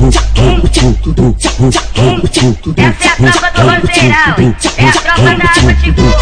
Essa é a tropa do Roseirão, é a tropa da água de coco.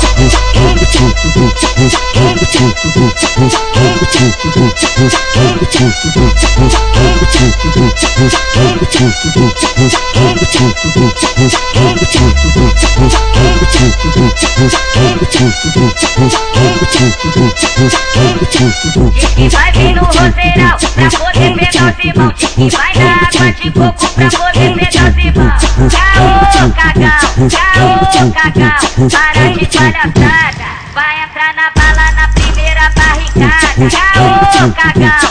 E vai vir no Roseirão pra poder pegar os irmãos, e vai na água de coco pra poder pegar os irmãos. Caô, cagão, para de palhaçada, vai entrar na bala na primeira barricada. Caô, cagão,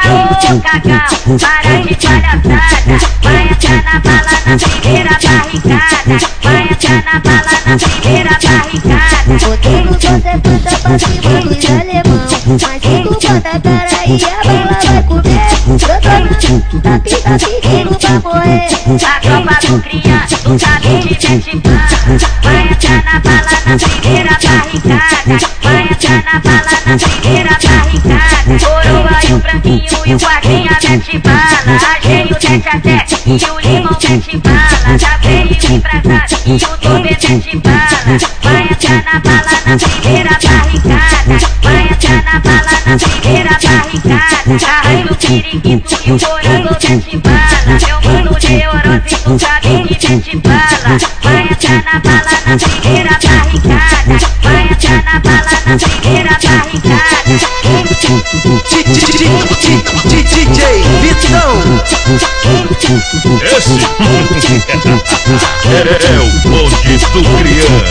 para de palhaçada, vai entrar na bala na primeira barricada, vai entrar na bala na primeira barricada. Botei no você puxa pra cima dos alemão, mas se tu bota a cara aí a bala vai comer. Tá pedindo pra morrer. A tropa do criança, do cabelo de mete bala, vai entrar na bala na primeira barricada, vai entrar na bala na primeira barricada. Coroa e o branquinho e o guardinha mete bala, Argeio mete a sete e o limão mete bala, Javeio embrasado e o Tobê mete bala, vai entrar na bala na primeira barricada, vai entrar na bala na primeira barricada. Arraio no periquito e o morango mete bala, meu mano Neurose do cabelo mete bala, vai entrar na bala na primeira barricada, vai entrar na bala na primeira barricada. DJ Vitão. Esse é o bonde do criança.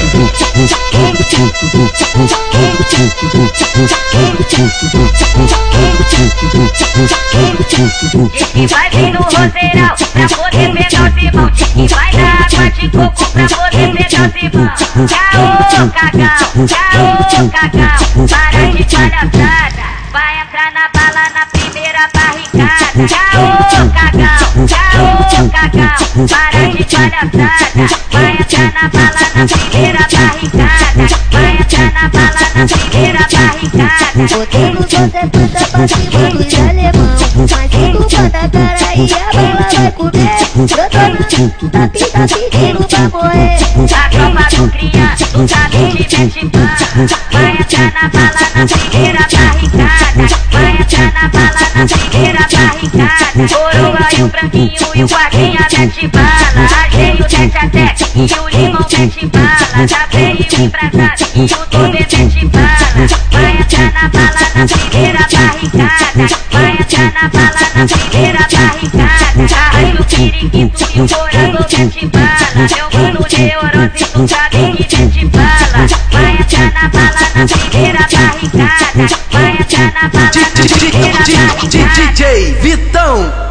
E vai vir no Roseirão pra poder pegar os irmãos, e vai na água de coco pra poder pegar os irmãos. Caô, cagão, para de palhaçada, vai entrar na bala na primeira barricada. Caô, cagão, para de palhaçada, vai entrar na bala na primeira barricada, vai entrar na bala na primeira barricada. Botei no você puxa pra cima dos alemão, mas se tu bota a cara aí a bala vai comer. Tá pedindo pra morrer. A tropa do criança, do cabelo de mete bala, vai entrar na bala na primeira barricada, vai entrar na bala na primeira barricada. Coroa e o branquinho e o guardinha mete bala, Argeio mete a sete e o limão mete bala, Javeio embrasado e o Tobê mete bala, vai entrar na bala na primeira barricada, vai entrar na bala na primeira barricada. Arraio no periquito e o morango mete bala, meu mano Neurose do cabelo mete bala, vai entrar na bala na primeira barricada, vai entrar na bala na primeira barricada. DJ Vitão.